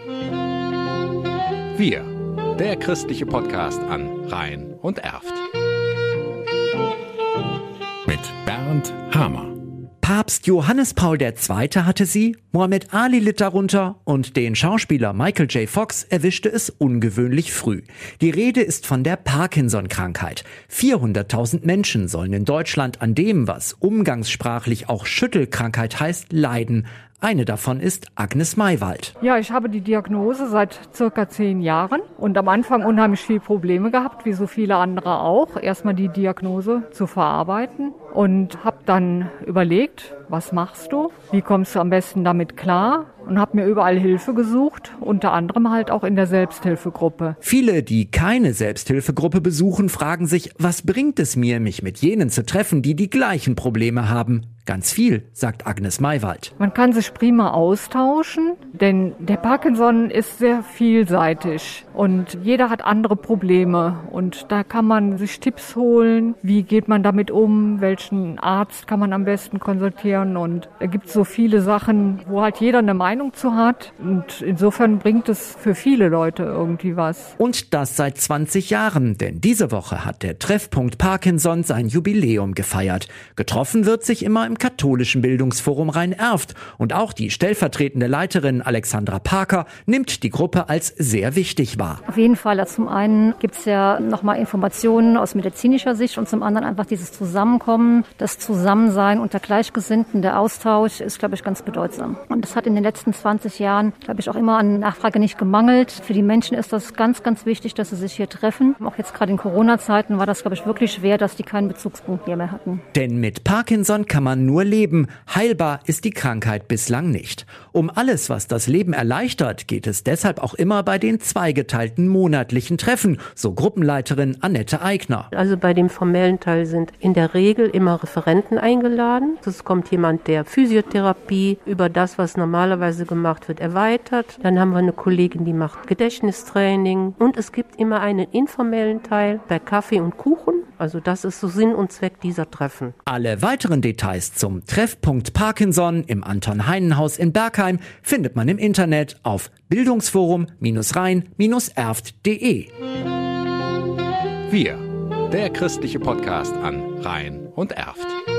Wir, der christliche Podcast an Rhein und Erft. Mit Bernd Hamer. Papst Johannes Paul II. Hatte sie, Muhammad Ali litt darunter und den Schauspieler Michael J. Fox erwischte es ungewöhnlich früh. Die Rede ist von der Parkinson-Krankheit. 400.000 Menschen sollen in Deutschland an dem, was umgangssprachlich auch Schüttelkrankheit heißt, leiden. Eine davon ist Agnes Maywald. Ja, ich habe die Diagnose seit circa 10 Jahren und am Anfang unheimlich viele Probleme gehabt, wie so viele andere auch. Erstmal die Diagnose zu verarbeiten und habe dann überlegt, was machst du? Wie kommst du am besten damit klar? Und habe mir überall Hilfe gesucht, unter anderem halt auch in der Selbsthilfegruppe. Viele, die keine Selbsthilfegruppe besuchen, fragen sich, was bringt es mir, mich mit jenen zu treffen, die die gleichen Probleme haben? Ganz viel, sagt Agnes Maywald. Man kann sich prima austauschen, denn der Parkinson ist sehr vielseitig und jeder hat andere Probleme. Und da kann man sich Tipps holen, wie geht man damit um, welchen Arzt kann man am besten konsultieren. Und da gibt es so viele Sachen, wo halt jeder eine Meinung zu hat. Und insofern bringt es für viele Leute irgendwie was. Und das seit 20 Jahren, denn diese Woche hat der Treffpunkt Parkinson sein Jubiläum gefeiert. Getroffen wird sich immer im katholischen Bildungsforum Rhein-Erft. Und auch die stellvertretende Leiterin Alexandra Parker nimmt die Gruppe als sehr wichtig wahr. Auf jeden Fall. Also zum einen gibt es ja nochmal Informationen aus medizinischer Sicht und zum anderen einfach dieses Zusammenkommen, das Zusammensein unter Gleichgesinnten, der Austausch ist, glaube ich, ganz bedeutsam. Und das hat in den letzten 20 Jahren, glaube ich, auch immer an Nachfrage nicht gemangelt. Für die Menschen ist das ganz, ganz wichtig, dass sie sich hier treffen. Auch jetzt gerade in Corona-Zeiten war das, glaube ich, wirklich schwer, dass die keinen Bezugspunkt hier mehr hatten. Denn mit Parkinson kann man nur leben. Heilbar ist die Krankheit bislang nicht. Um alles, was das Leben erleichtert, geht es deshalb auch immer bei den zweigeteilten monatlichen Treffen, so Gruppenleiterin Annette Eigner. Also bei dem formellen Teil sind in der Regel immer Referenten eingeladen. Es kommt jemand, der Physiotherapie über das, was normalerweise gemacht wird, erweitert. Dann haben wir eine Kollegin, die macht Gedächtnistraining. Und es gibt immer einen informellen Teil bei Kaffee und Kuchen. Also das ist so Sinn und Zweck dieser Treffen. Alle weiteren Details zum Treffpunkt Parkinson im Anton-Heinen-Haus in Bergheim findet man im Internet auf bildungsforum-rhein-erft.de. Wir, der christliche Podcast an Rhein und Erft.